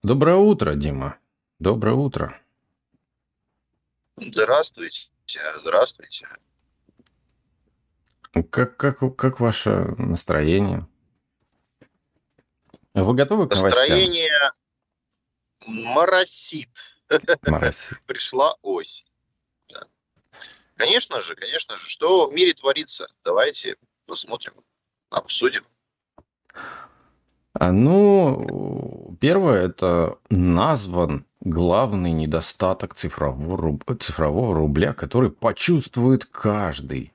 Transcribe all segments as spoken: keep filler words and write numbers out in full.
Доброе утро, Дима. Доброе утро. Здравствуйте, здравствуйте. Как, как, как ваше настроение? Вы готовы к новостям, Настроение моросит. Мараси? Пришла осень. Да. Конечно же, конечно же, что в мире творится? Давайте посмотрим, обсудим. А, ну, первое, это назван главный недостаток цифрового, руб- цифрового рубля, который почувствует каждый.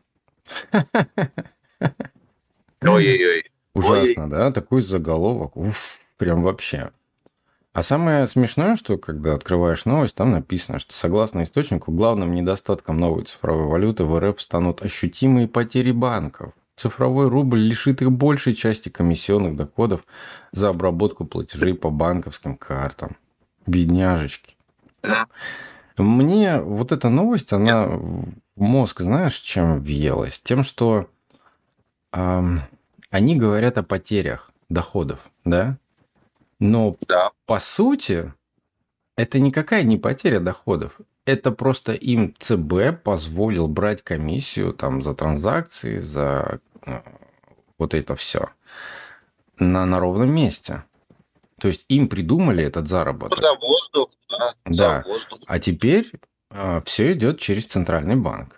Ой-ой-ой. Ой, Ужасно, да? Такой заголовок. Уф, прям вообще. А самое смешное, что когда открываешь новость, там написано, что согласно источнику, главным недостатком новой цифровой валюты в РФ станут ощутимые потери банков. Цифровой рубль лишит их большей части комиссионных доходов за обработку платежей по банковским картам. Бедняжечки. м, Мне вот эта новость, нет, она в мозг, знаешь, чем въелась? Тем, что ам, они говорят о потерях доходов, да? Но да. по сути, это никакая не потеря доходов. Это просто им ЦБ позволил брать комиссию там за транзакции, за э, вот это все на, на ровном месте. То есть им придумали этот Ну, за заработок. воздух, да, за Да. воздух. А теперь все идет через центральный банк.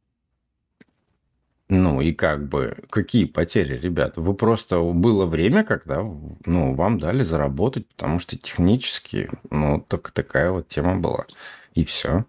Ну и как бы, какие потери, ребят? Вы просто, было время, когда, ну, вам дали заработать, потому что технически, ну, так, такая вот тема была. И все.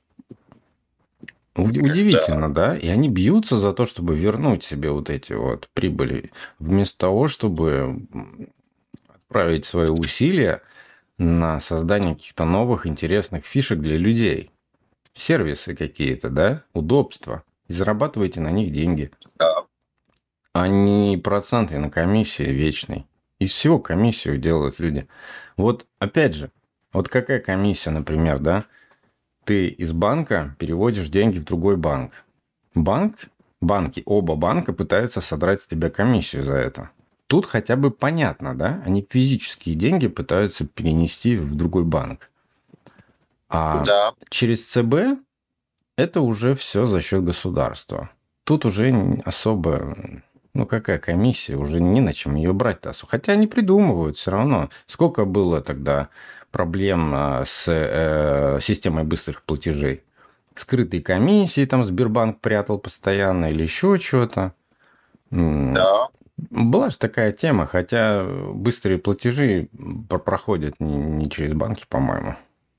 Уд- Да. Удивительно, да? И они бьются за то, чтобы вернуть себе вот эти вот прибыли, вместо того, чтобы отправить свои усилия на создание каких-то новых интересных фишек для людей. Сервисы какие-то, да? Удобства. И зарабатываете на них деньги. Да. А не проценты на комиссии вечной. Из всего комиссию делают люди. Вот опять же, вот какая комиссия, например, да? Ты из банка переводишь деньги в другой банк. Банк, банки, оба банка пытаются содрать с тебя комиссию за это. Тут хотя бы понятно, да? Они физические деньги пытаются перенести в другой банк. А Да. через ЦБ это уже все за счет государства. Тут уже н- особо, ну какая комиссия, уже не на чем ее брать-то. особо. Хотя они придумывают все равно. Сколько было тогда проблем а, с э, системой быстрых платежей? Скрытые комиссии там Сбербанк прятал постоянно или еще что-то. М, Да. Была же такая тема, хотя быстрые платежи про- проходят не не через банки, по-моему.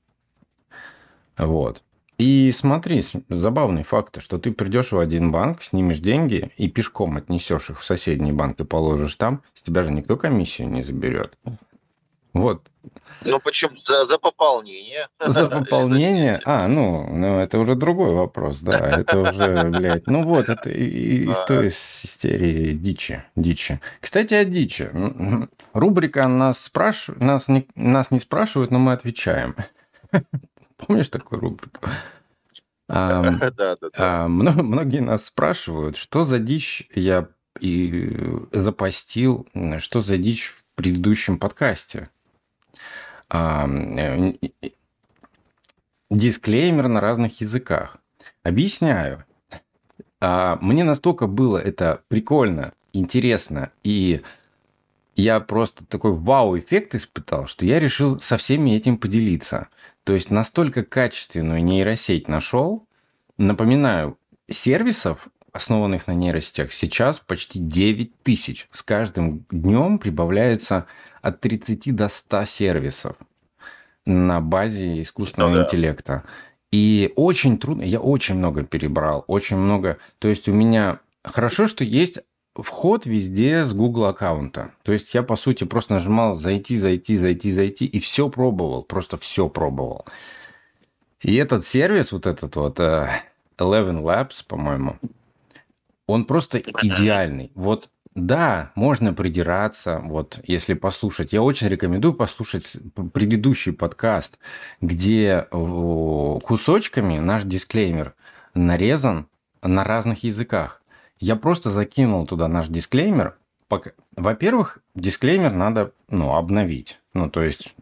Вот. И смотри, с- забавный факт, что ты придешь в один банк, снимешь деньги и пешком отнесешь их в соседний банк и положишь там, с тебя же никто комиссию не заберет. Вот. Ну, почему? За, за пополнение. За Извините. пополнение... А, ну, ну, это уже другой вопрос, да. Это уже, блядь... Ну вот, это и- и А, история с истерии дичи. Дичи. Кстати, о дичи. М, Рубрика «Нас, спраш... нас, не... нас не спрашивают, но мы отвечаем». Помнишь такую рубрику? Ам, Да, да, да. а, мно- Многие нас спрашивают, что за дичь я и э, запостил, м, что за дичь в предыдущем подкасте. Ам, э, н- Дисклеймер на разных языках. Объясняю. А, Мне настолько было это прикольно, интересно, и я просто такой вау-эффект испытал, что я решил со всеми этим поделиться. То есть настолько качественную нейросеть нашел. Напоминаю, сервисов, основанных на нейросетях, сейчас почти девять тысяч. С каждым днем прибавляется от тридцати до ста сервисов на базе Ну искусственного да. интеллекта. И очень трудно, я очень много перебрал, очень много. То есть у меня хорошо, что есть вход везде с Google аккаунта. То есть я, по сути, просто нажимал зайти, зайти, зайти, зайти, и все пробовал, просто все пробовал. И этот сервис, вот этот вот э, Eleven Labs, по-моему, он просто Мгм. идеальный. Вот да, можно придираться, вот если послушать. Я очень рекомендую послушать предыдущий подкаст, где о, кусочками наш дисклеймер нарезан на разных языках. Я просто закинул туда наш дисклеймер. Пока- Во-первых, дисклеймер надо ну, обновить. Ну, то есть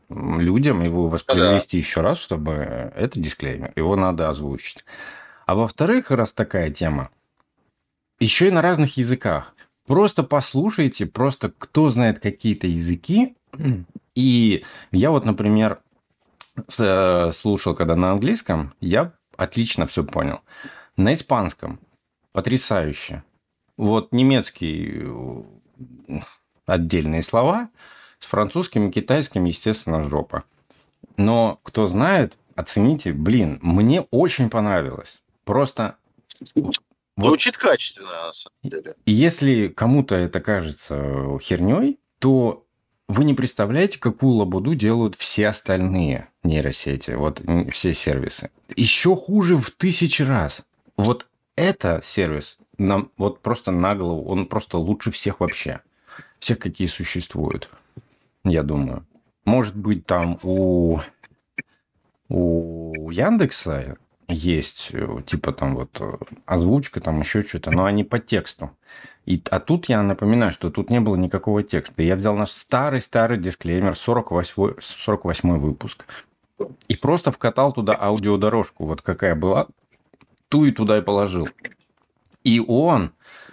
людям его Ну да. воспроизвести еще раз, чтобы это дисклеймер, его надо озвучить. А во-вторых, раз такая тема, еще и на разных языках. Просто послушайте, просто кто знает какие-то языки. И я вот, например, с- слушал, когда на английском, я отлично все понял. На испанском потрясающе. Вот немецкий э, отдельные слова, с французским и китайским, естественно, жопа. Но кто знает, оцените, блин, мне очень понравилось. Просто вот Звучит качественно, на самом деле. если кому-то это кажется херней, то вы не представляете, какую лабуду делают все остальные нейросети, вот м, все сервисы. Еще хуже в тысячи раз. Вот это сервис нам вот просто на голову, он просто лучше всех вообще. Всех, какие существуют, я думаю. Может быть, там у, у Яндекса есть, э, типа там вот э, озвучка, там еще что-то, но они по тексту. И, а тут я напоминаю, что тут не было никакого текста. Я взял наш старый-старый дисклеймер, сорок восьмой, сорок восьмой выпуск, и просто вкатал туда аудиодорожку, вот какая была, ту и туда и положил. И он,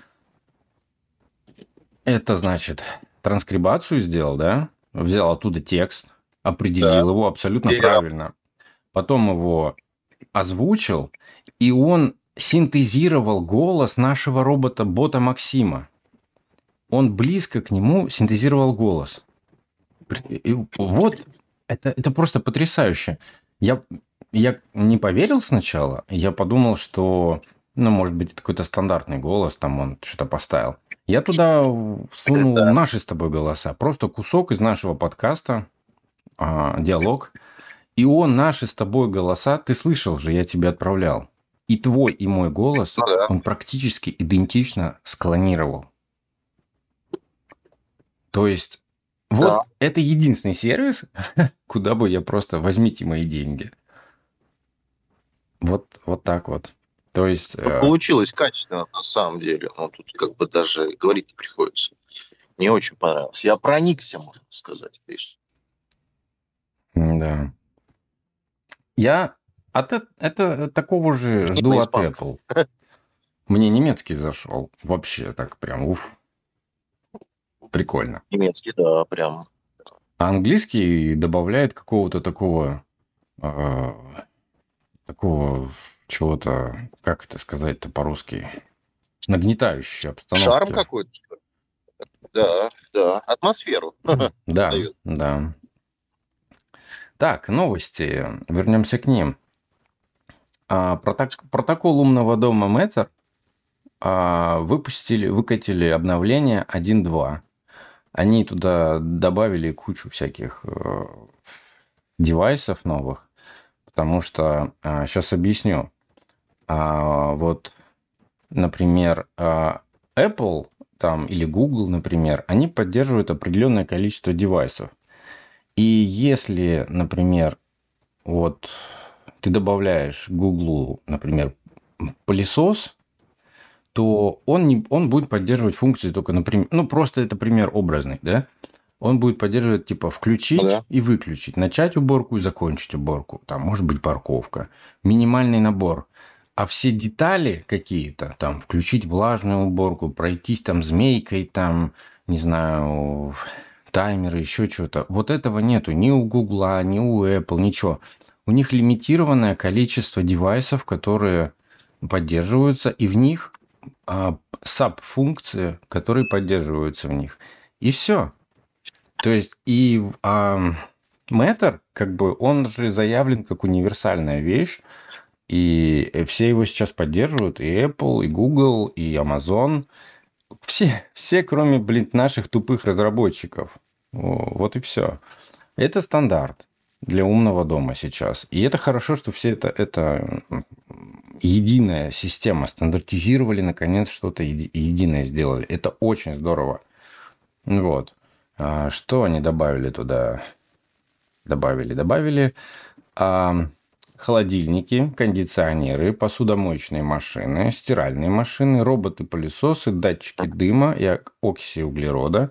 это значит, транскрибацию сделал, да? Взял оттуда текст, определил Да. его абсолютно Перераб- правильно. Потом его озвучил, и он синтезировал голос нашего робота-бота Максима. Он близко к нему синтезировал голос. При- и вот, это, это просто потрясающе. Я, я не поверил сначала. Я подумал, что, ну, может быть, это какой-то стандартный голос, там он что-то поставил. Я туда сунул Да. наши с тобой голоса. Просто кусок из нашего подкаста, а, диалог. И он наши с тобой голоса, ты слышал же, я тебе отправлял. И твой, и мой голос, Ну да. он практически идентично склонировал. То есть, вот Да. это единственный сервис, куда бы я просто возьмите мои деньги. Вот, вот так вот. То есть, Ну, э, получилось качественно на самом деле. Ну, тут как бы даже говорить не приходится. Мне очень понравилось. Я проникся, можно сказать. видишь. да. Я от э- это такого же Не жду на от испанском. Apple. Мне немецкий зашел. Вообще так прям, уф, прикольно. Немецкий, да, прям. А английский добавляет какого-то такого, э, такого чего-то, как это сказать-то по-русски, нагнетающей Шарм обстановки. какой-то, что ли? Да, да. Атмосферу. Да, Дает. да. Так, новости. Вернемся к ним. А, проток- протокол умного дома Matter а, выпустили, выкатили обновление один точка два. Они туда добавили кучу всяких э, девайсов новых, потому что а, сейчас объясню. А, вот, например, а, Apple там или Google, например, они поддерживают определенное количество девайсов. И если, например, вот ты добавляешь Google, например, пылесос, то он, не, он будет поддерживать функции только, например, ну, просто это пример образный, да? Он будет поддерживать, типа, включить Ну да. и выключить, начать уборку и закончить уборку. Там может быть парковка, минимальный набор. А все детали какие-то, там, включить влажную уборку, пройтись там змейкой, там, не знаю, таймеры, еще что-то. Вот этого нету ни у Гугла, ни у Apple, ничего. У них лимитированное количество девайсов, которые поддерживаются, и в них а, саб-функции, которые поддерживаются в них. И все. То есть и а, Matter, как бы, он же заявлен как универсальная вещь, и все его сейчас поддерживают, и Apple, и Google, и Amazon. Все, все, кроме, блин, наших тупых разработчиков. О, вот и все. Это стандарт для умного дома сейчас. И это хорошо, что все это, это единая система. Стандартизировали, наконец, что-то еди- единое сделали. Это очень здорово. Вот. А что они добавили туда? Добавили, добавили а, холодильники, кондиционеры, посудомоечные машины, стиральные машины, роботы-пылесосы, датчики дыма и ок- окиси углерода,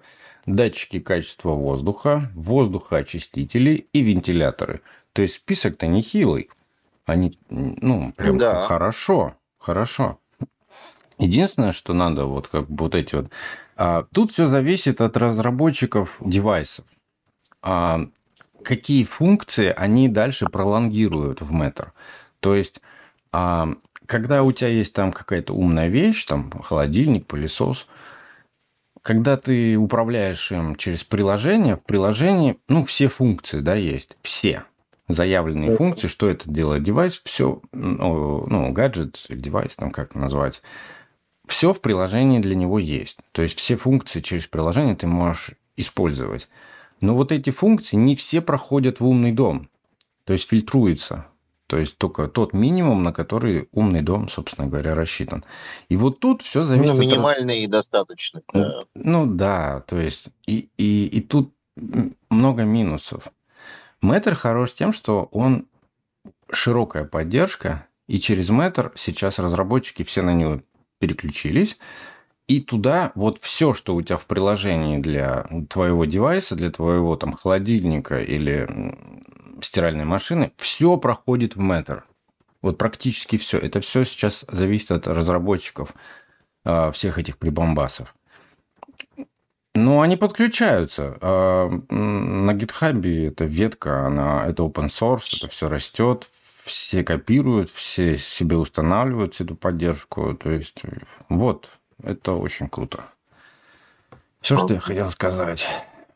датчики качества воздуха, воздухоочистители и вентиляторы. То есть список-то нехилый. Они, ну, прям Да. хорошо, хорошо. Единственное, что надо, вот как бы вот эти вот... А, тут все зависит от разработчиков девайсов. А, какие функции они дальше пролонгируют в Matter. То есть, а, когда у тебя есть там какая-то умная вещь, там холодильник, пылесос, когда ты управляешь им через приложение, в приложении, ну, все функции, да, есть, все заявленные Мгм. функции, что это делает девайс, все, ну, ну, гаджет, девайс, там как назвать, все в приложении для него есть. То есть все функции через приложение ты можешь использовать. Но вот эти функции не все проходят в умный дом. То есть фильтруется. То есть только тот минимум, на который умный дом, собственно говоря, рассчитан. И вот тут все Ну, зависит от... раз- минимальный и достаточно. Да. Ну да, то есть и, и, и тут м, много минусов. Matter хорош тем, что он широкая поддержка, и через Matter сейчас разработчики все на него переключились, и туда вот все, что у тебя в приложении для твоего девайса, для твоего там холодильника или м, стиральной машины, все проходит в Matter. Вот практически все. Это все сейчас зависит от разработчиков а, всех этих прибамбасов. Ну, они подключаются. А, м, На гитхабе это ветка, она, это open source, это все растет, все копируют, все себе устанавливают эту поддержку. То есть, вот, это очень круто. Все, что я хотел сказать.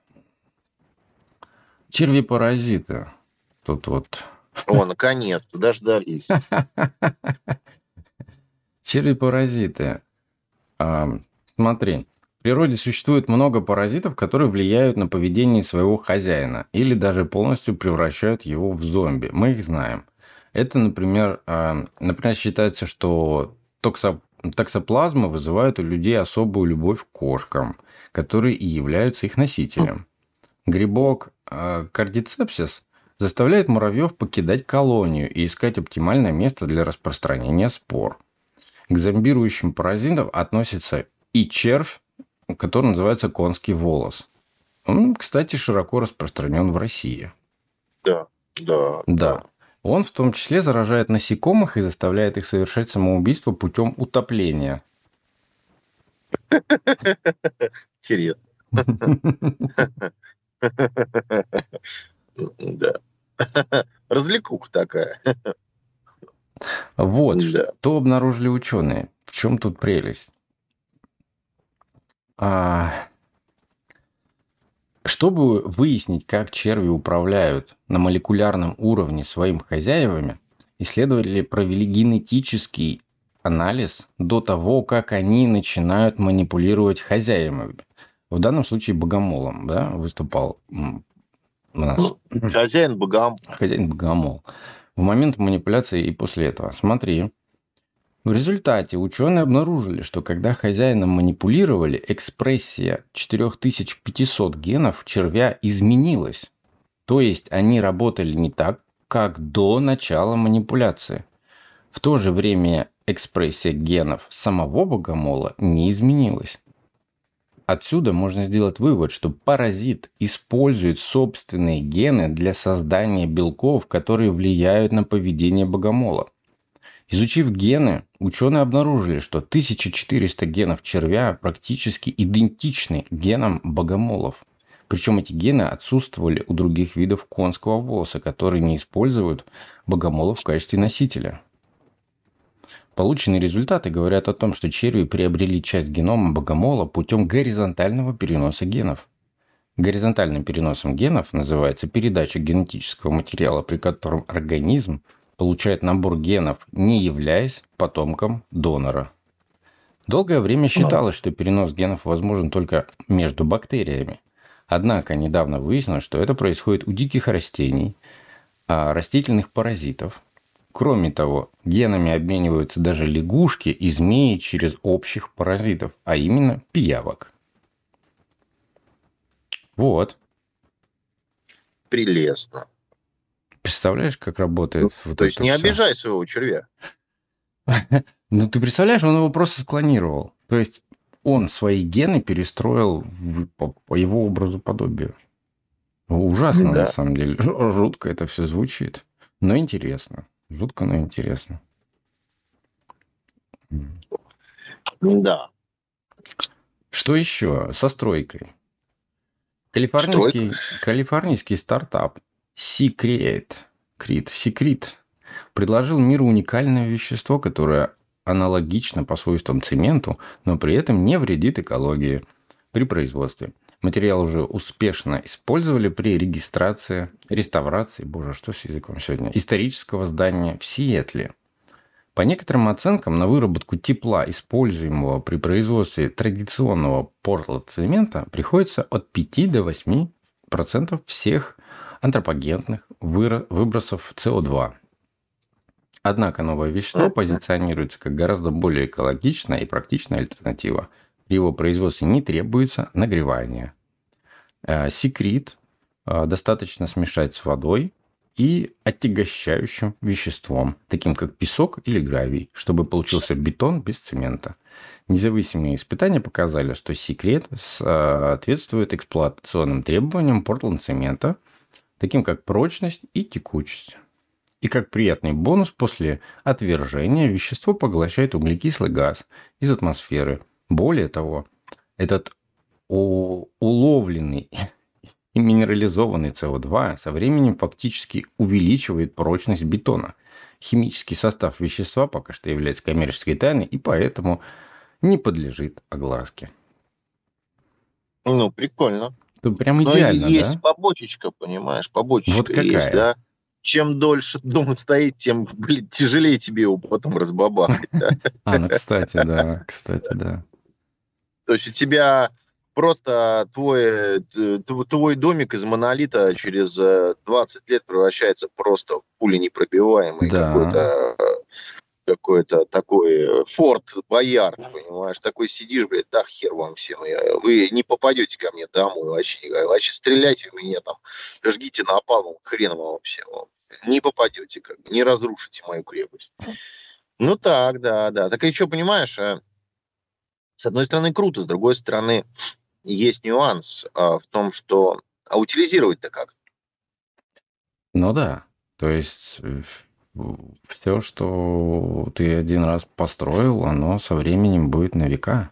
Черви-паразиты. Тут вот... О, наконец-то, дождались. Черви-паразиты. А, смотри, в природе существует много паразитов, которые влияют на поведение своего хозяина или даже полностью превращают его в зомби. Мы их знаем. Это, например, а, например, считается, что токсо- токсоплазмы вызывают у людей особую любовь к кошкам, которые и являются их носителем. Грибок а, кардицепсис заставляет муравьев покидать колонию и искать оптимальное место для распространения спор. К зомбирующим паразитам относится и червь, который называется конский волос. Он, кстати, широко распространен в России. Да, да, Да. Он в том числе заражает насекомых и заставляет их совершать самоубийство путем утопления. интересно. Да. Развлекуха такая. Вот, Да. что обнаружили ученые. В чем тут прелесть? А, Чтобы выяснить, как черви управляют на молекулярном уровне своими хозяевами, исследователи провели генетический анализ до того, как они начинают манипулировать хозяевами. В данном случае богомолом, да, выступал м, у нас Ну, хозяин богом. хозяин богомол. В момент манипуляции и после этого. Смотри. В результате ученые обнаружили, что когда хозяином манипулировали, экспрессия четыре тысячи пятьсот генов червя изменилась. То есть они работали не так, как до начала манипуляции. В то же время экспрессия генов самого богомола не изменилась. Отсюда можно сделать вывод, что паразит использует собственные гены для создания белков, которые влияют на поведение богомола. Изучив гены, ученые обнаружили, что тысяча четыреста генов червя практически идентичны генам богомолов. Причем эти гены отсутствовали у других видов конского волоса, которые не используют богомолов в качестве носителя. Полученные результаты говорят о том, что черви приобрели часть генома богомола путем горизонтального переноса генов. Горизонтальным переносом генов называется передача генетического материала, при котором организм получает набор генов, не являясь потомком донора. Долгое время считалось, что перенос генов возможен только между бактериями. Однако недавно выяснилось, что это происходит у диких растений, а растительных паразитов. Кроме того, генами обмениваются даже лягушки и змеи через общих паразитов, а именно пиявок. Вот. Прелестно. Представляешь, как работает Ну, вот то это есть не всё? обижай своего червя. Ну, ты представляешь, он его просто склонировал. То есть он свои гены перестроил по, по его образу подобию. Ужасно, на Да. самом деле. Жутко это все звучит. Но интересно. Жутко, но интересно. Да. Что еще? Со стройкой. Калифорнийский, калифорнийский стартап Secret, Secret, Secret предложил миру уникальное вещество, которое аналогично по свойствам цементу, но при этом не вредит экологии при производстве. Материал уже успешно использовали при регистрации, реставрации, боже, что с языком сегодня, исторического здания в Сиэтле. По некоторым оценкам, на выработку тепла, используемого при производстве традиционного портландцемента, приходится от пяти до восьми процентов всех антропогенных выбросов С О два. Однако новое вещество позиционируется как гораздо более экологичная и практичная альтернатива. При его производстве не требуется нагревание. Секрет достаточно смешать с водой и отягощающим веществом, таким как песок или гравий, чтобы получился бетон без цемента. Независимые испытания показали, что секрет соответствует эксплуатационным требованиям портланд-цемента, таким как прочность и текучесть. И как приятный бонус после отвержения вещество поглощает углекислый газ из атмосферы. Более того, этот уловленный и минерализованный С О два со временем фактически увеличивает прочность бетона. Химический состав вещества пока что является коммерческой тайной и поэтому не подлежит огласке. Ну, прикольно. Тут прям идеально, Но есть да? побочечка, понимаешь, побочечка Вот какая? есть, да? Чем дольше дом стоит, тем, блин, тяжелее тебе его потом разбабахать. Да? А, ну, кстати, да, кстати, да. То есть у тебя просто твой, твой домик из монолита через двадцать лет превращается просто в пуленепробиваемый Да. какой-то какой-то такой Форт Боярд, понимаешь, такой сидишь, блядь, да хер вам всем, вы не попадете ко мне домой, вообще, вообще стреляйте в меня там, жгите напалмом, хрен вам вообще, не попадете, как бы, не разрушите мою крепость. Ну так, да, да, так и что, понимаешь, с одной стороны круто, с другой стороны есть нюанс а, в том, что, а утилизировать-то как? Ну да, то есть все, что ты один раз построил, оно со временем будет на века.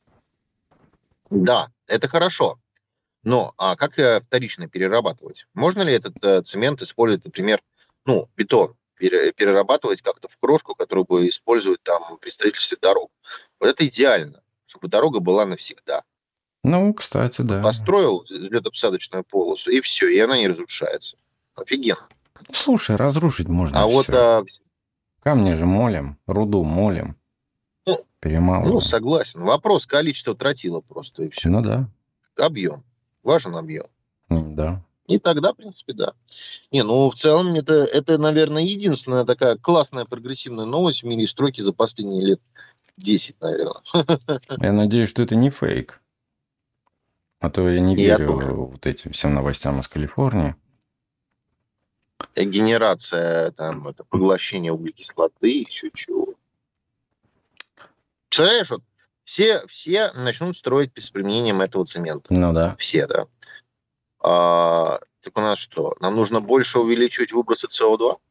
Да, это хорошо. Но а как вторично перерабатывать? Можно ли этот э, цемент использовать, например, ну, бетон, пере, перерабатывать как-то в крошку, которую бы использовать там при строительстве дорог? Вот это идеально, чтобы дорога была навсегда. Ну, кстати, да. Построил взлетно-посадочную полосу, и все, и она не разрушается. Офигенно. Слушай, разрушить можно А все. вот а, Камни же молим, руду молим, ну, перемалываем. ну, согласен. Вопрос количества тротила просто, и все. Ну да. Объем. Важен объем. Да. И тогда, в принципе, да. Не, ну, в целом, это, это, наверное, единственная такая классная прогрессивная новость в мире стройки за последние лет десять, наверное. Я надеюсь, что это не фейк. А то я не Я верю тоже. вот этим всем новостям из Калифорнии. Генерация, там, это поглощение углекислоты, еще чего. Представляешь, вот все, все начнут строить с применением этого цемента. Ну да. Все, да. А, так у нас что? Нам нужно больше увеличивать выбросы С О два?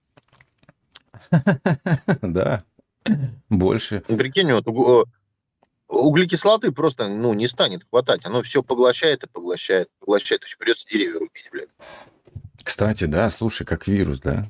Да. Больше. Ну, прикинь, вот уг- углекислоты просто, ну, не станет хватать. Оно все поглощает и поглощает, поглощает. То есть придется деревья рубить, блядь. Кстати, да, слушай, как вирус, да?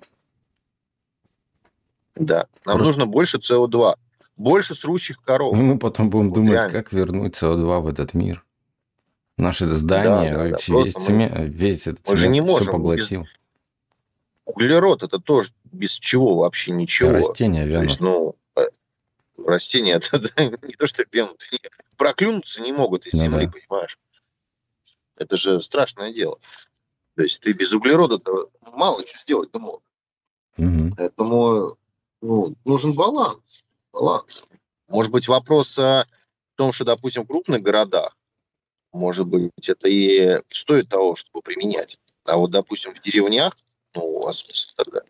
Да. Нам Просто- нужно больше С О два. Больше срущих коров. И мы потом будем Вот думать, реально. как вернуть С О два в этот мир. Наше здание, Да, да, да. весь, Просто мы- цемент, весь этот мы же цемент не все можем поглотил. Углерод это тоже без чего вообще ничего. А растения То вянут. есть, ну, э, растения это да, не то, что вянут, они проклюнуться не могут из Ну земли, да. понимаешь? Это же страшное дело. То есть ты без углерода мало что сделать не мог. Мгм. Поэтому ну, нужен баланс. Баланс. Может быть, вопрос а, в том, что, допустим, в крупных городах, может быть, это и стоит того, чтобы применять. А вот, допустим, в деревнях, ну, а смысл тогда?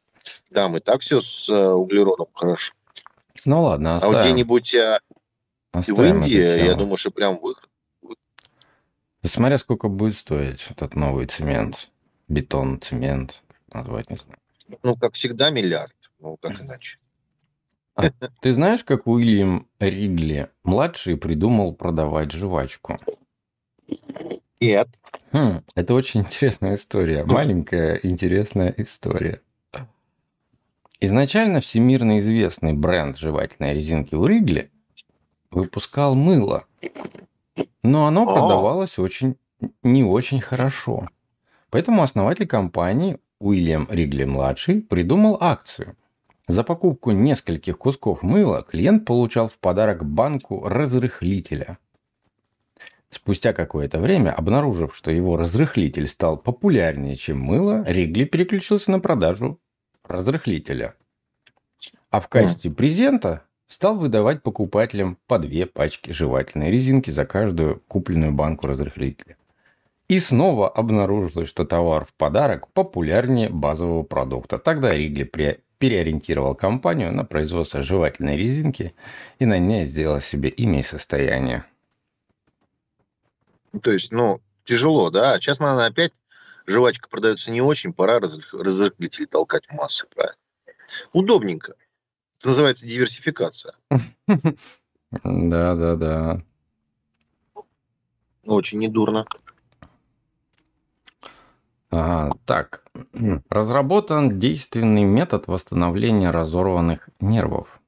Там и так все с э, углеродом хорошо. Ну ладно, А вот оставим. где-нибудь а, И в Оставим эту Индии, я тему. думаю, что прям выход. И смотря сколько будет стоить этот новый цемент. Бетон, цемент. Как назвать, не знаю. Ну, как всегда, миллиард. Ну, как иначе. А ты знаешь, как Уильям Ригли младший придумал продавать жвачку? Нет. Хм, это очень интересная история. Маленькая интересная история. Изначально всемирно известный бренд жевательной резинки Wrigley выпускал мыло, но оно А, продавалось очень не очень хорошо. Поэтому основатель компании Уильям Ригли-младший придумал акцию. За покупку нескольких кусков мыла клиент получал в подарок банку разрыхлителя. Спустя какое-то время, обнаружив, что его разрыхлитель стал популярнее, чем мыло, Ригли переключился на продажу разрыхлителя. А в качестве презента стал выдавать покупателям по две пачки жевательной резинки за каждую купленную банку разрыхлителя. И снова обнаружилось, что товар в подарок популярнее базового продукта. Тогда Ригли переориентировал компанию на производство жевательной резинки и на ней сделал себе имя и состояние. то есть, ну, тяжело, да? Сейчас, наверное, опять жвачка продается не очень, пора разрыхлитель толкать в массы, правильно? Удобненько. Это называется диверсификация. Да, да, да. Очень недурно. А, так, разработан действенный метод восстановления разорванных нервов.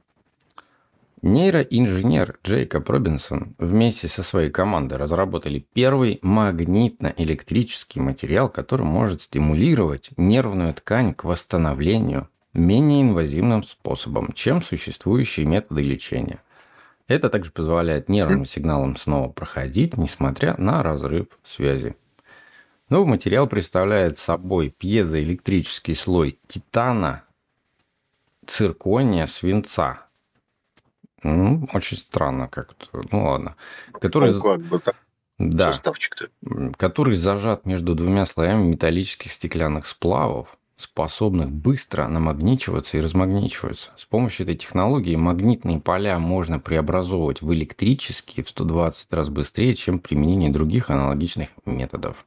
Нейроинженер Джейкоб Робинсон вместе со своей командой разработали первый магнитно-электрический материал, который может стимулировать нервную ткань к восстановлению менее инвазивным способом, чем существующие методы лечения. Это также позволяет нервным сигналам снова проходить, несмотря на разрыв связи. Новый материал представляет собой пьезоэлектрический слой титана, циркония, свинца. Ну, очень странно как-то. Ну ладно. Который, Ну, как бы так, да, составчик-то. который зажат между двумя слоями металлических стеклянных сплавов, способных быстро намагничиваться и размагничиваться. С помощью этой технологии магнитные поля можно преобразовывать в электрические в сто двадцать раз быстрее, чем применение других аналогичных методов.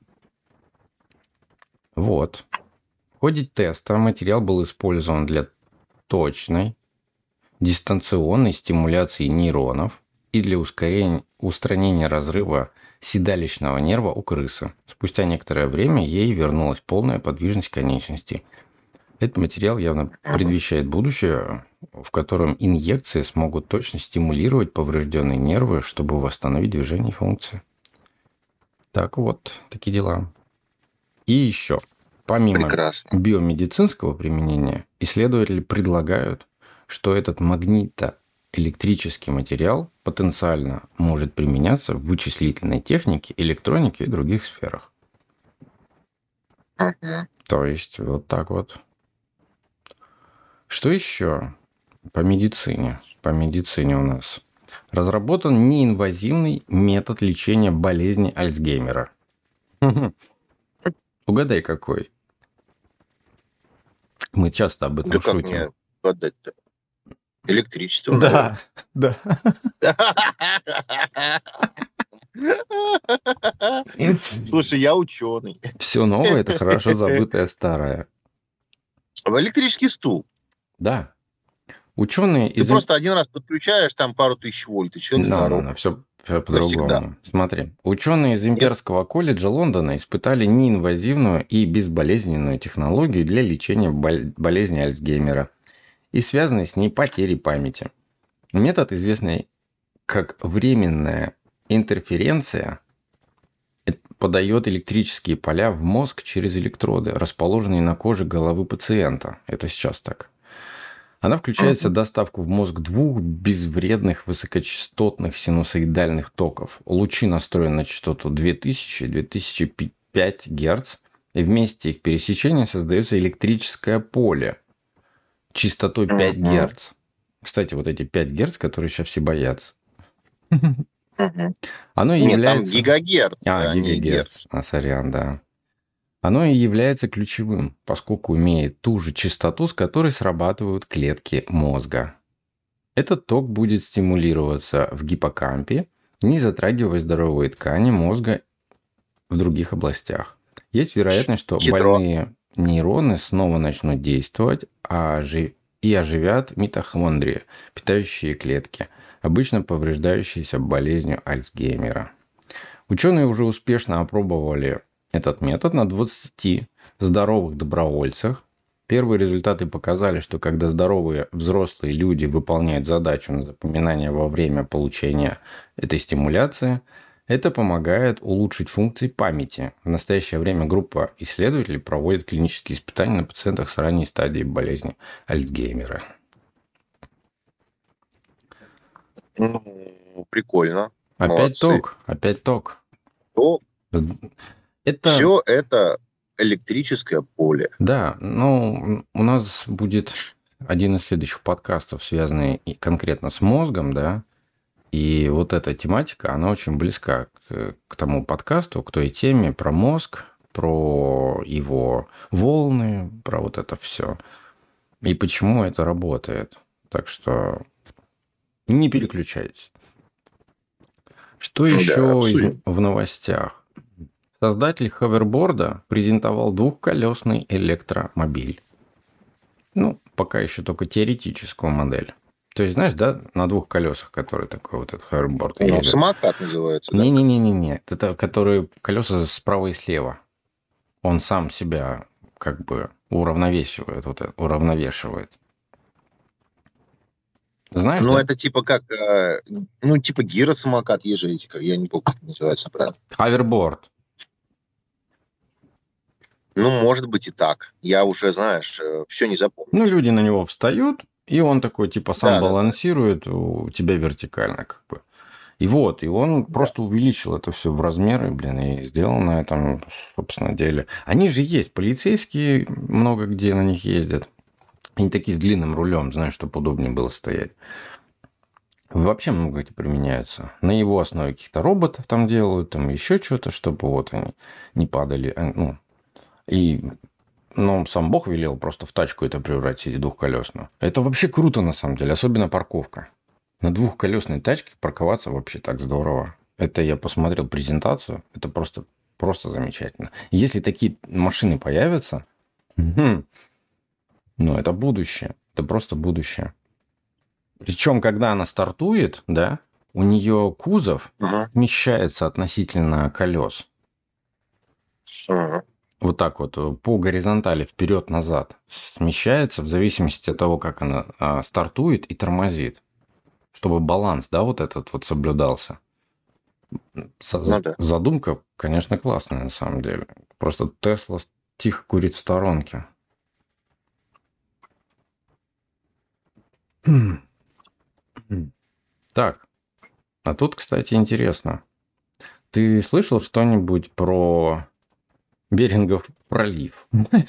Вот. В ходе теста материал был использован для точной дистанционной стимуляции нейронов и для ускорения, устранения разрыва седалищного нерва у крысы. Спустя некоторое время ей вернулась полная подвижность конечностей. Этот материал явно предвещает будущее, в котором инъекции смогут точно стимулировать поврежденные нервы, чтобы восстановить движение и функции. Так вот, такие дела. И еще, помимо Прекрасно. биомедицинского применения, исследователи предлагают, что этот магнитоэлектрический материал потенциально может применяться в вычислительной технике, электронике и других сферах. Uh-huh. То есть, вот так вот. Что еще по медицине? По медицине у нас разработан неинвазивный метод лечения болезни Альцгеймера. Угадай, какой? Мы часто об этом Да как шутим. мне отдать-то? Электричество, Да, да. Слушай, я ученый. Все новое – это хорошо забытое старое. Электрический стул. Да. Ученые Ты из... просто один раз подключаешь, там пару тысяч вольт, и человек No, no, здоров. no, все, все Навсегда. по-другому. Смотри. Ученые из Имперского колледжа Лондона испытали неинвазивную и безболезненную технологию для лечения бол- болезни Альцгеймера и связанной с ней потери памяти. Метод, известный как временная интерференция, подает электрические поля в мозг через электроды, расположенные на коже головы пациента. Это сейчас так. Она включает в доставку в мозг двух безвредных высокочастотных синусоидальных токов. Лучи настроены на частоту две тысячи - две тысячи пять Гц, и вместе их пересечения создается электрическое поле частотой пять Гц. Кстати, вот эти пять Гц, которые сейчас все боятся. Оно Нет, является... там гигагерц. А, а не гигагерц. А, сорян, да. Оно и является ключевым, поскольку имеет ту же частоту, с которой срабатывают клетки мозга. Этот ток будет стимулироваться в гиппокампе, не затрагивая здоровые ткани мозга в других областях. Есть вероятность, что Хитро. больные нейроны снова начнут действовать а ожи- и оживят митохондрии, питающие клетки, обычно повреждающиеся болезнью Альцгеймера. Ученые уже успешно опробовали этот метод на двадцати здоровых добровольцах. Первые результаты показали, что когда здоровые взрослые люди выполняют задачу на запоминание во время получения этой стимуляции, это помогает улучшить функции памяти. В настоящее время группа исследователей проводит клинические испытания на пациентах с ранней стадией болезни Альцгеймера. Ну, прикольно. Опять Молодцы. ток, опять ток. То Это... все это электрическое поле. Да, ну, у нас будет один из следующих подкастов, связанный и конкретно с мозгом, да, и вот эта тематика, она очень близка к, к тому подкасту, к той теме про мозг, про его волны, про вот это все, и почему это работает. Так что не переключайтесь. Что еще Да, из, обсудим. в новостях? Создатель ховерборда презентовал двухколесный электромобиль. Ну, пока еще только теоретическую модель. То есть, знаешь, да, на двух колесах, который такой вот этот ховерборд Ну, ездит. самокат называется, да? Не-не-не-не-не. Это которые колеса справа и слева. Он сам себя как бы уравновешивает. Вот это, уравновешивает. Знаешь, Ну, да? это типа как, э, ну, типа гиросамокат, есть же эти, как- я не помню, как это называется, правильно? Ховерборд. Ну, может быть и так. Я уже, знаешь, все не запомню. Ну, люди на него встают, и он такой, типа, сам Да, да, да. балансирует у тебя вертикально, как бы. И вот, и он Да. просто увеличил это все в размеры, блин, и сделал на этом, собственно, деле. Они же есть, полицейские много где на них ездят. Они такие с длинным рулем, знаешь, чтобы удобнее было стоять. Вообще много где применяются. На его основе каких-то роботов там делают, там еще что-то, чтобы вот они не падали. а, Ну, и ну, сам Бог велел просто в тачку это превратить, двухколесную. Это вообще круто, на самом деле, особенно парковка. На двухколесной тачке парковаться вообще так здорово. Это я посмотрел презентацию, это просто, просто замечательно. Если такие машины появятся, ну, это будущее. Это просто будущее. Причем, когда она стартует, да, у нее кузов Ага. смещается относительно колес. Ага. Вот так вот по горизонтали вперед-назад смещается в зависимости от того, как она а, стартует и тормозит, чтобы баланс, да, вот этот вот соблюдался. С- Ну да. Задумка, конечно, классная на самом деле. Просто Тесла тихо курит в сторонке. Так, а тут, кстати, интересно. Ты слышал что-нибудь про Берингов пролив?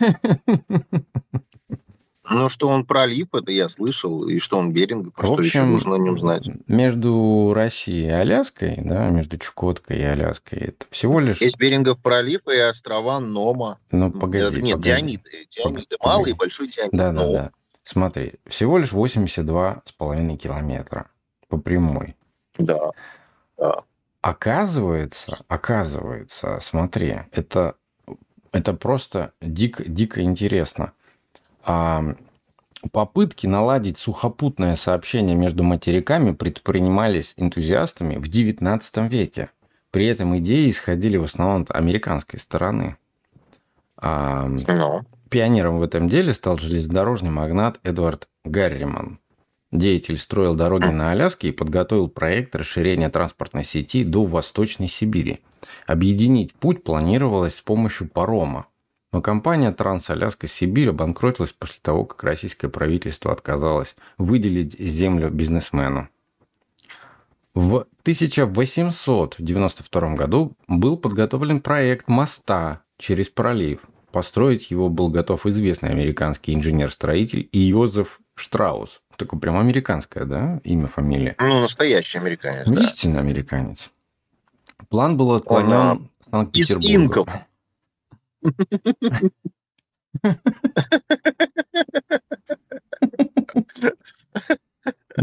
Ну, что он пролив, это я слышал, и что он Берингов, а В что еще общем, должен о нем знать? между Россией и Аляской, да, между Чукоткой и Аляской, это всего лишь... Есть Берингов пролив и острова Нома. Ну, М, погоди, это, нет, погоди. Диониды. Диониды Пог- малый погоди. и большой Дионид. Да, да, Ну, да. Смотри, всего лишь восемьдесят два с половиной километра по прямой. да, да. Оказывается, оказывается, смотри, это, это просто дико, дико интересно. А, попытки наладить сухопутное сообщение между материками предпринимались энтузиастами в девятнадцатом веке. При этом идеи исходили в основном от американской стороны. А, Ну, пионером в этом деле стал железнодорожный магнат Эдвард Гарриман. Деятель строил дороги на Аляске и подготовил проект расширения транспортной сети до Восточной Сибири. Объединить путь планировалось с помощью парома. Но компания Транс-Аляска-Сибирь обанкротилась после того, как российское правительство отказалось выделить землю бизнесмену. В тысяча восемьсот девяносто втором году был подготовлен проект моста через пролив. Построить его был готов известный американский инженер-строитель Йозеф Штраус. Такое прям американское, да, имя, фамилия. ну, настоящий американец, Ну, да. истинно американец. План был Он, отклонен а, из Санкт-Петербургом. инков.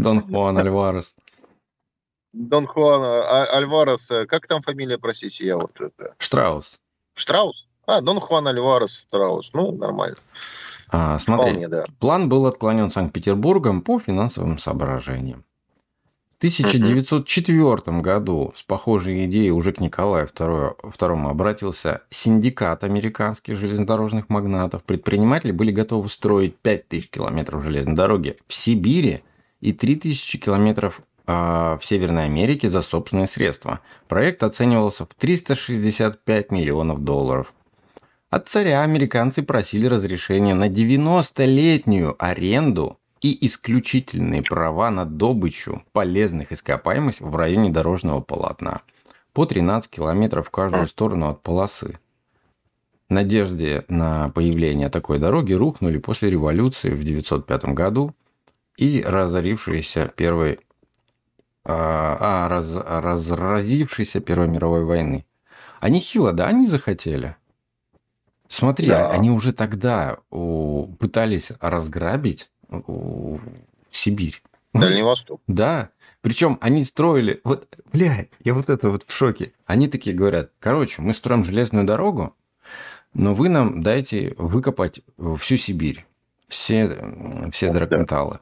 Дон Хуан Альварес. Дон Хуан а- Альварес, э, как там фамилия, простите, я вот это... Штраус. Штраус? А, Дон Хуан Альварес Штраус. Ну, нормально. А, смотри, Вполне, да. план был отклонен Санкт-Петербургом по финансовым соображениям. В тысяча девятьсот четвёртом году с похожей идеей уже к Николаю второму обратился синдикат американских железнодорожных магнатов. Предприниматели были готовы строить пять тысяч километров железной дороги в Сибири и три тысячи километров а, в Северной Америке за собственные средства. Проект оценивался в триста шестьдесят пять миллионов долларов. От царя американцы просили разрешения на девяностолетнюю аренду и исключительные права на добычу полезных ископаемых в районе дорожного полотна. По тринадцать километров в каждую сторону от полосы. Надежды на появление такой дороги рухнули после революции в девятьсот пятом году и разорившейся первой, а, а, раз, разразившейся Первой мировой войны. Они хило, да, они захотели? Смотри, Да. они уже тогда о, пытались разграбить о, Сибирь. Дальний Восток. Да. Причем они строили... Вот, блядь, я вот это вот в шоке. Они такие говорят, короче, мы строим железную дорогу, но вы нам дайте выкопать всю Сибирь. Все, все драгметаллы.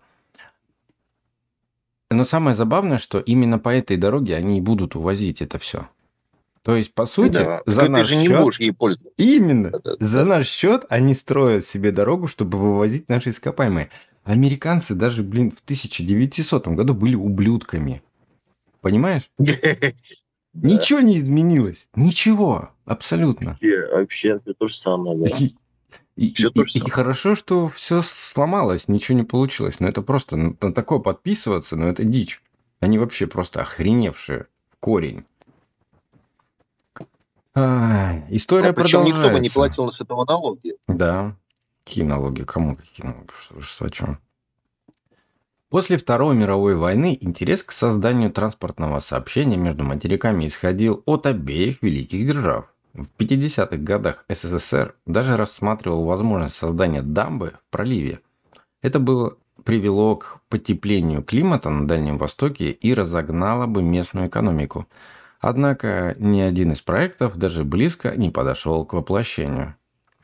Но самое забавное, что именно по этой дороге они и будут увозить это все. То есть, по сути, Да. за Ты наш же не счет... будешь ей пользоваться. Именно. Да, да, За да. наш счет они строят себе дорогу, чтобы вывозить наши ископаемые. Американцы даже, блин, в тысяча девятисотом году были ублюдками. Понимаешь? Ничего не изменилось. Ничего. Абсолютно. Вообще, это то же самое, да. И, и- Всё и- то же и самое. хорошо, что все сломалось, ничего не получилось. Но это просто ну, на такое подписываться, но это дичь. Они вообще просто охреневшие в корень. А, история Ну, причем продолжается. никто бы не платил с этого налоги. Да. Какие налоги? Кому какие налоги? Что, что, о чем? После Второй мировой войны интерес к созданию транспортного сообщения между материками исходил от обеих великих держав. В пятидесятых годах СССР даже рассматривал возможность создания дамбы в проливе. Это было привело к потеплению климата на Дальнем Востоке и разогнало бы местную экономику. Однако ни один из проектов даже близко не подошел к воплощению.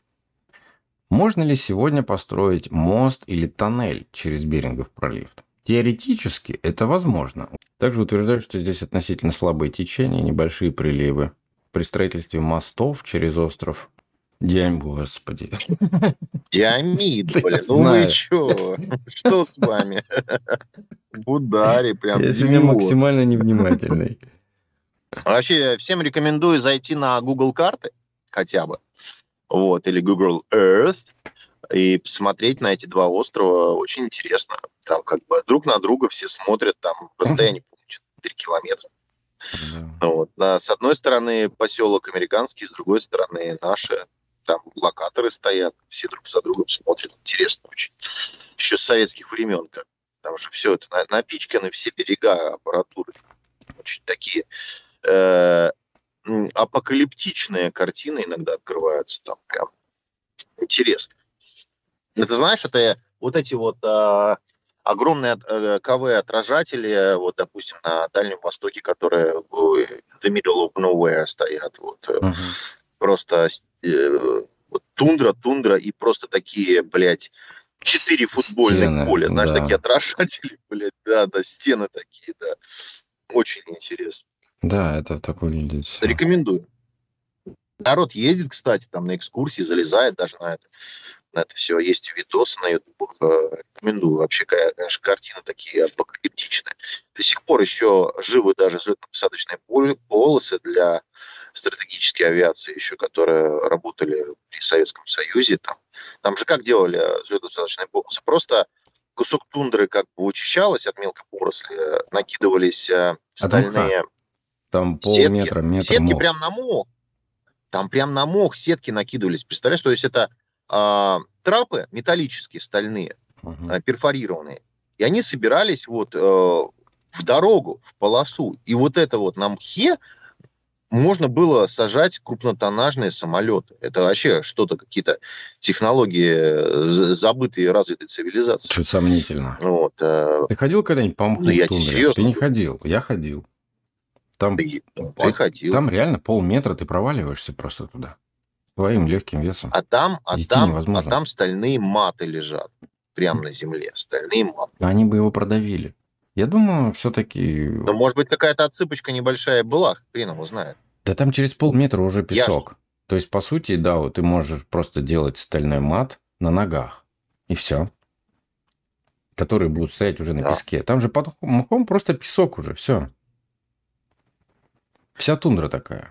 Можно ли сегодня построить мост или тоннель через Берингов пролив? Теоретически это возможно. Также утверждают, что здесь относительно слабые течения и небольшие приливы. При строительстве мостов через остров Диамид, господи. Диамид, Я блин, ну знаю. вы чё? Что с вами? Будари, прям Я сегодня идиот. максимально невнимательный. Вообще, всем рекомендую зайти на Google карты хотя бы, вот, или Google Earth, и посмотреть на эти два острова. Очень интересно. Там как бы друг на друга все смотрят, там расстояние, три километра. Да. Вот. А с одной стороны поселок американский, с другой стороны наши. Там локаторы стоят, все друг за другом смотрят. Интересно очень. Еще с советских времен. Как. Там же все это на- напичканы, все берега аппаратуры. Очень такие э, м, апокалиптичные картины иногда открываются. Там прям интересно. Это знаешь, это вот эти вот а, огромные э, КВ-отражатели, вот, допустим, на Дальнем Востоке, которые в the middle of nowhere стоят. Вот, э, Мгм. просто э, вот тундра, тундра и просто такие, блядь, четыре С- футбольных стены, поля. Знаешь, да. такие отражатели, блядь, да, да, стены такие, да. Очень интересно. Да, это так выглядит все. Рекомендую. Народ едет, кстати, там на экскурсии, залезает даже на это. На это все. Есть видосы на YouTube. э, Рекомендую. Вообще, ка- конечно, картины такие апокалиптичные. До сих пор еще живы даже взлетно-посадочные пол- полосы для стратегической авиации еще, которые работали при Советском Союзе. Там, там же как делали э, взлетно-посадочные полосы? Просто кусок тундры как бы вычищалось от мелкой поросли, э, накидывались э, От мха. стальные Там сетки. полметра, метр Сетки мох. прям на мох. Там прям на мох сетки накидывались. Представляешь, то есть это а, трапы металлические, стальные, Мгм. а, перфорированные. И они собирались вот э, в дорогу, в полосу. И вот это вот на мхе можно было сажать крупнотоннажные самолеты. Это вообще что-то, какие-то технологии забытые развитой цивилизации. Что сомнительно. Вот. Ты ходил когда-нибудь по мху Ну, в я тебе тундре? серьезно Ты не говорю. ходил, я ходил. Там, Ты, ты ходил. там реально полметра ты проваливаешься просто туда. Своим легким весом. А там, а Идти там, а невозможно. там стальные маты лежат. Прямо на земле. Стальные маты. Они бы его продавили. Я думаю, все-таки... Но, может быть, какая-то отсыпочка небольшая была. Хрен его знает. Да там через полметра уже Я ж- песок. То есть, по сути, да, вот ты можешь просто делать стальной мат на ногах. И все. Которые будут стоять уже на Да. песке. Там же под мхом просто песок уже. Все. Вся тундра такая.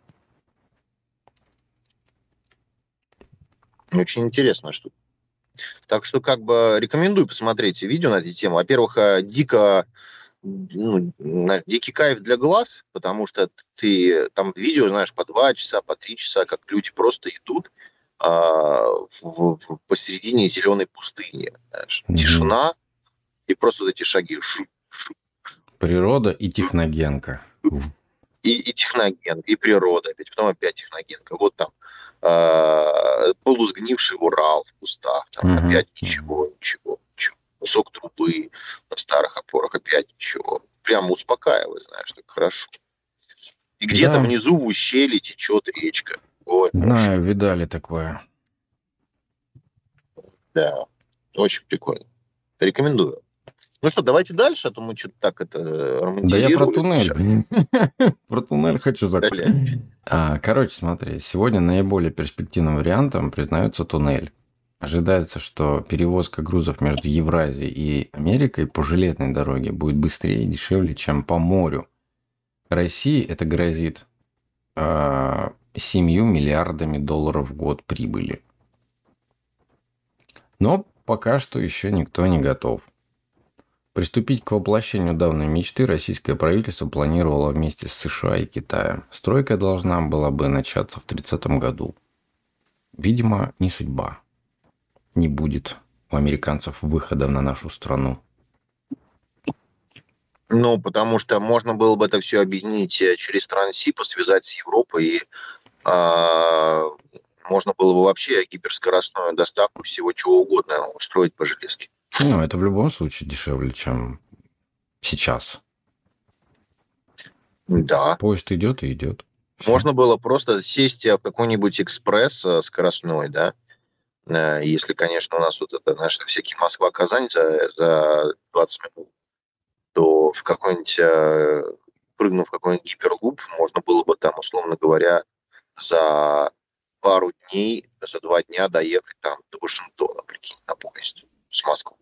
Очень интересная штука. Так что, как бы, рекомендую посмотреть видео на эту тему. Во-первых, э, дико, ну, на- дикий кайф для глаз, потому что ты там видео, знаешь, по два часа, по три часа, как люди просто идут а, в- в- посередине зеленой пустыни. Знаешь. Мгм. Тишина и просто вот эти шаги. Шу- шу. Природа и техногенка. В- И, и техноген, и природа опять, потом опять техногенка. Вот там а, полусгнивший Урал в кустах, там Мгм. опять ничего, ничего, ничего. Кусок трубы на старых опорах, опять ничего. Прямо успокаивает, знаешь, так хорошо. И где-то Да. внизу в ущелье течет речка. Ой, хорошо. Знаю, видали такое. Да, очень прикольно. Рекомендую. Ну что, давайте дальше, а то мы что-то так это Да я про романтизировали. туннель. Щас. блин. Про туннель хочу закончить. Далее. А, короче, смотри, сегодня наиболее перспективным вариантом признается туннель. Ожидается, что перевозка грузов между Евразией и Америкой по железной дороге будет быстрее и дешевле, чем по морю. России это грозит а, семью миллиардами долларов в год прибыли. Но пока что еще никто не готов. Приступить к воплощению давней мечты российское правительство планировало вместе с США и Китаем. Стройка должна была бы начаться в тридцатом году. Видимо, не судьба. Не будет у американцев выхода на нашу страну. Ну, потому что можно было бы это все объединить э, через Транссиб, связать с Европой, и а, можно было бы вообще гиперскоростную доставку всего чего угодно устроить по железке. Ну, это в любом случае дешевле, чем сейчас. Да. Поезд идет и идет. Всё. Можно было просто сесть в какой-нибудь экспресс э, скоростной, да, Э, если, конечно, у нас вот это, знаешь, всякие Москва-Казань за, за двадцать минут, то в какой-нибудь, э, прыгнув в какой-нибудь гиперлуп, можно было бы там, условно говоря, за пару дней, за два дня доехать там до Вашингтона, прикинь, на поезде с Москвы.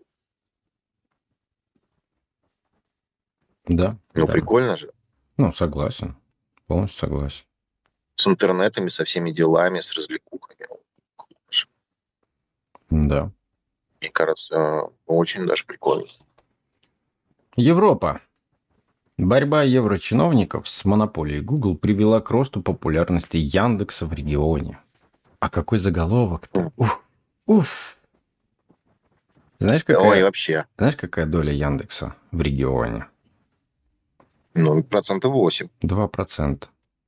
Да. Ну, да. прикольно же. Ну, согласен. Полностью согласен. С интернетами, со всеми делами, с развлекухами. Да. Мне кажется, очень даже прикольно. Европа. Борьба еврочиновников с монополией Google привела к росту популярности Яндекса в регионе. А какой заголовок-то? Уф, уф. Знаешь, Ой, какая, вообще. знаешь, какая доля Яндекса в регионе? Ну, процентов восемь. Два процента.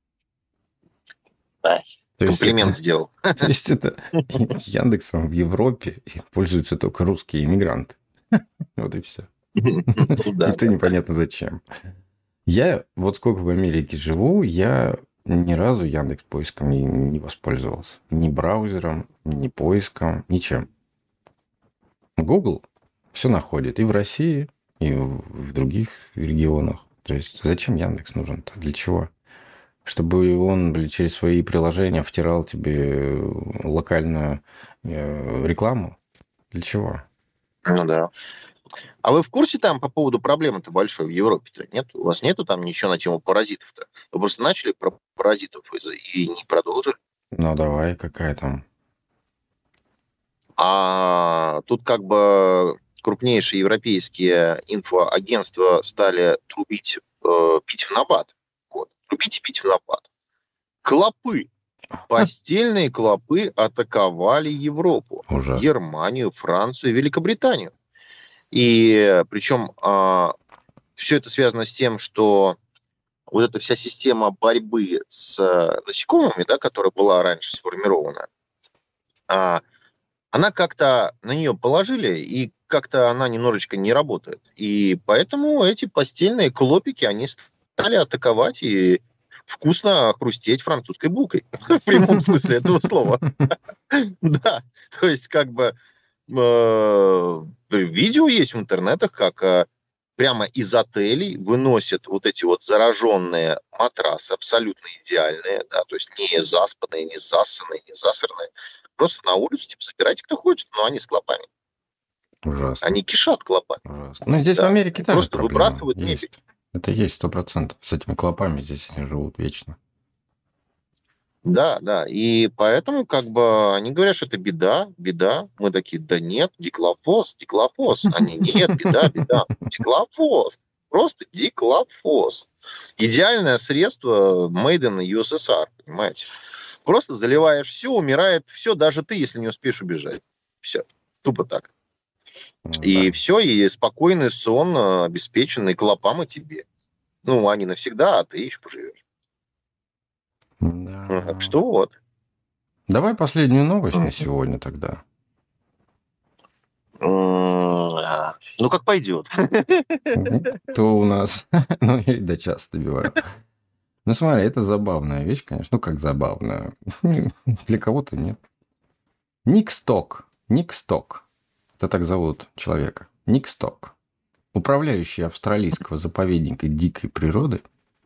Да. То есть Комплимент это- сделал. То есть это Яндексом в Европе пользуются только русские иммигранты. Вот и все. Ну да, И то непонятно зачем. Я вот сколько в Америке живу, я ни разу Яндекс поиском не, не воспользовался. Ни браузером, ни поиском, ничем. Google все находит и в России, и в, в других регионах. То есть зачем Яндекс нужен-то? Для чего? Чтобы он, блин, через свои приложения втирал тебе локальную э, рекламу? Для чего? Ну да. А вы в курсе там по поводу проблемы-то большой в Европе-то? Нет? У вас нету там ничего на тему паразитов-то? Вы просто начали про паразитов и и не продолжили. Ну, давай, какая там? А тут как бы крупнейшие европейские инфоагентства стали трубить, э, пить в набат. Вот. Трубить и пить в набат. Клопы. Постельные клопы атаковали Европу. Ужасно. Германию, Францию, Великобританию. И причем а, все это связано с тем, что вот эта вся система борьбы с насекомыми, да, которая была раньше сформирована, а, она как-то на нее положили, и как-то она немножечко не работает. И поэтому эти постельные клопики, они стали атаковать и вкусно хрустеть французской булкой. В прямом смысле этого слова. Да, то есть как бы э, видео есть в интернетах, как э, прямо из отелей выносят вот эти вот зараженные матрасы, абсолютно идеальные, да, то есть не заспанные, не засанные, не засранные. Просто на улицу, типа, забирайте, кто хочет, но они с клопами. Ужасно. Они кишат клопами. Ужасно. Ну, здесь Да. в Америке И тоже просто проблема выбрасывают есть. нефиг. Это есть сто процентов. С этими клопами здесь они живут вечно. Да, да. И поэтому как бы они говорят, что это беда, беда. Мы такие, да нет, диклофос, диклофос. Они, нет, беда, беда. Диклофос. Просто диклофос. Идеальное средство made in ю эс эс ар, понимаете? Просто заливаешь все, умирает все, даже ты, если не успеешь убежать. Все. Тупо так. И Да. все, и спокойный сон э, обеспеченный клопам и тебе. Ну, они навсегда, а ты еще поживешь. Да. Так что вот. Давай последнюю новость на Мгм. сегодня тогда. М, а, Ну, как пойдет. Кто у нас? Ну, я до часа добиваю. Ну, смотри, это забавная вещь, конечно. Ну, как забавная. Для кого-то нет. Ник Сток. Ник Сток. Это так зовут человека. Ник Сток. Управляющий австралийского заповедника дикой природы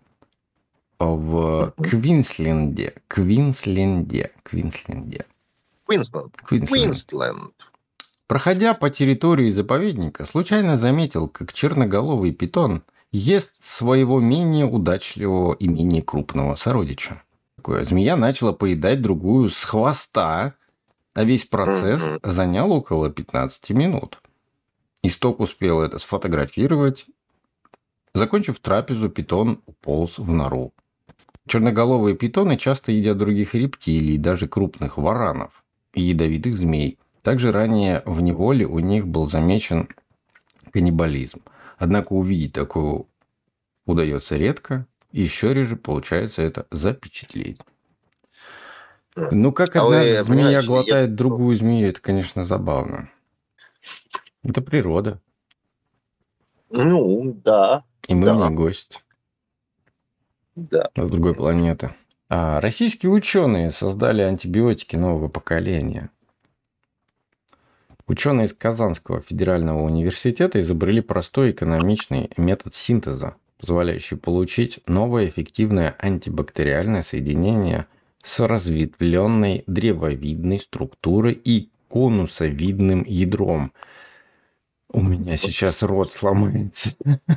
в Квинсленде. Квинсленде. Квинсленде. Квинсленд. Квинсленд. Квинсленд. Проходя по территории заповедника, случайно заметил, как черноголовый питон ест своего менее удачливого и менее крупного сородича. Такое. Змея начала поедать другую с хвоста, а весь процесс Мгм. занял около пятнадцати минут. Исток успел это сфотографировать. Закончив трапезу, питон уполз в нору. Черноголовые питоны часто едят других рептилий, даже крупных варанов и ядовитых змей. Также ранее в неволе у них был замечен каннибализм. Однако увидеть такое удается редко, и еще реже получается это запечатлеть. Ну, как А одна вы змея понимаете, глотает я- другую змею, это, конечно, забавно. Это природа. Ну, да, И мы Да. в ней гость да. с другой планеты. А российские ученые создали антибиотики нового поколения. Ученые из Казанского федерального университета изобрели простой экономичный метод синтеза, позволяющий получить новое эффективное антибактериальное соединение с разветвленной древовидной структурой и конусовидным ядром. У меня сейчас рот сломается.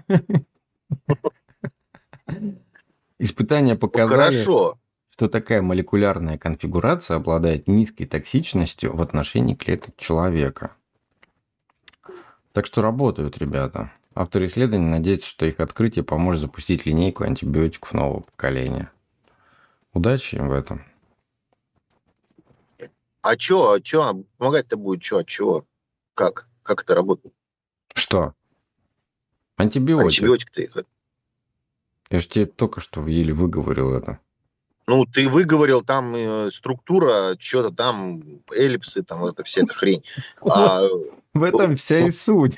Испытания Ну, показали, хорошо. что такая молекулярная конфигурация обладает низкой токсичностью в отношении клеток человека. Так что работают ребята. Авторы исследований надеются, что их открытие поможет запустить линейку антибиотиков нового поколения. Удачи им в этом. А чё, а чё, помогать-то будет чё, от чего? Как? Как это работает? Что? Антибиотик. Антибиотик-то их. Я же тебе только что еле выговорил это. Ну, ты выговорил, там э, структура, что-то там, эллипсы, там, вот эта вся эта хрень. А, В этом вся и суть.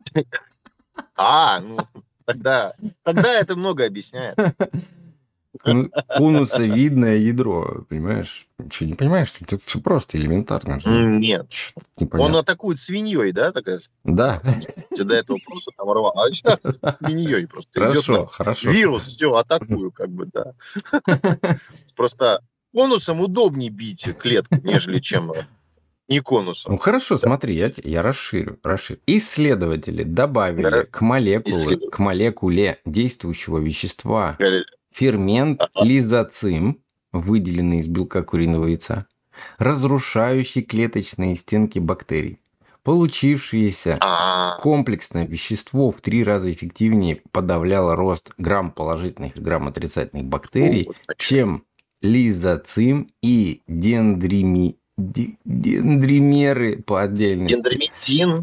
а, ну, тогда, тогда это много объясняет. Кон- Конусовидное ядро, понимаешь? Что, не понимаешь, что это все просто, элементарно же. М, Нет. Чё, Он непонятно. атакует свиньей, да, такая? Да, Ты до этого просто там рвал. А сейчас с свиньей просто идет хорошо, на хорошо. вирус, все, атакую, как бы, да. Просто конусом удобнее бить клетку, нежели чем э, не конусом. Ну хорошо, смотри, я, те- я расширю, расширю. Исследователи добавили Да. к молекуле, Исследователи. к молекуле действующего вещества Э, фермент Ага. лизоцим, выделенный из белка куриного яйца, разрушающий клеточные стенки бактерий. Получившееся А, комплексное вещество в три раза эффективнее подавляло рост грамм положительных и грамм отрицательных бактерий, вот, а чё? чем лизоцим и дендрими... де- дендримеры по отдельности. Дендромицин.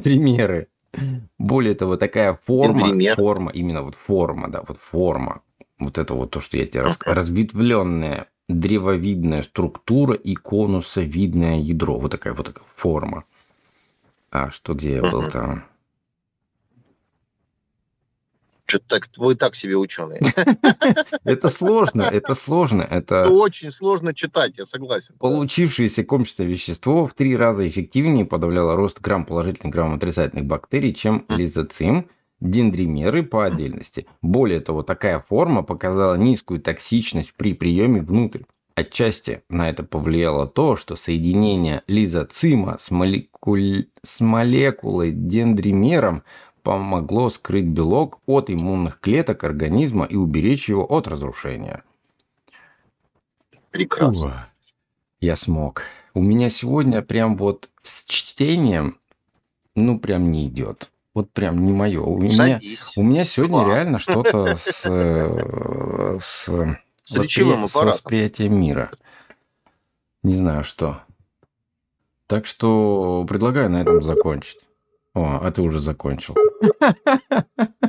Дендримеры. Более того, такая форма, Дендример. форма, именно вот форма, да, вот форма Вот это вот то, что я тебе рассказал. Разветвленная древовидная структура и конусовидное ядро. Вот такая вот такая форма. А что, где я был там? Что-то так, вы так себе ученые. Это сложно, это сложно. Это очень сложно читать, я согласен. Получившееся комчатое вещество в три раза эффективнее подавляло рост грамм положительных, грамм отрицательных бактерий, чем лизоцим, дендримеры по отдельности. Более того, такая форма показала низкую токсичность при приеме внутрь. Отчасти на это повлияло то, что соединение лизоцима с, молекуль... с молекулой дендримером помогло скрыть белок от иммунных клеток организма и уберечь его от разрушения. Прекрасно. Ух, я смог. У меня сегодня прям вот с чтением, ну, прям не идет. Вот прям не мое. У меня, у меня сегодня Два. реально что-то с, с, с, воспри... с восприятием мира. Не знаю что. Так что предлагаю на этом закончить. О, а ты уже закончил.